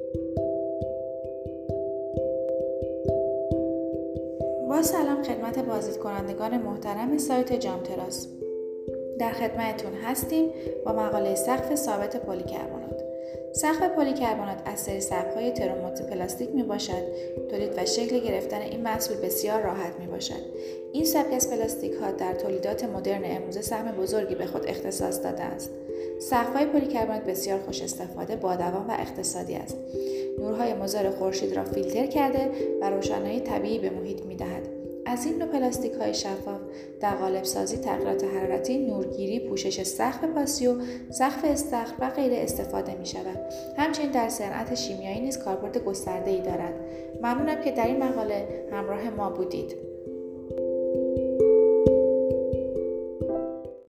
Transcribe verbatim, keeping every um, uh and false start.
با سلام خدمت بازدید کنندگان محترم سایت جام تراس. در خدمتتون هستیم با مقاله سقف ثابت پلی‌کربنات. سقف پلی‌کربنات از سری سقف‌های ترمومتر پلاستیک میباشد. تولید و شکل گرفتن این محصول بسیار راحت میباشد. این سبک از پلاستیک‌ها در تولیدات مدرن امروزه سهم بزرگی به خود اختصاص داده است. سقف‌های پلی‌کربنات بسیار خوش استفاده، بادوام و اقتصادی است. نورهای مضر خورشید را فیلتر کرده و روشنایی طبیعی به محیط می‌دهد. از این نوع پلاستیک‌های شفاف در قالب‌سازی، تغییرات حرارتی، نورگیری، پوشش سقف پاسیو، سقف استخر و غیره استفاده می‌شود. همچنین در صنعت شیمیایی نیز کاربرد گسترده‌ای دارد. ممنونم که در این مقاله همراه ما بودید.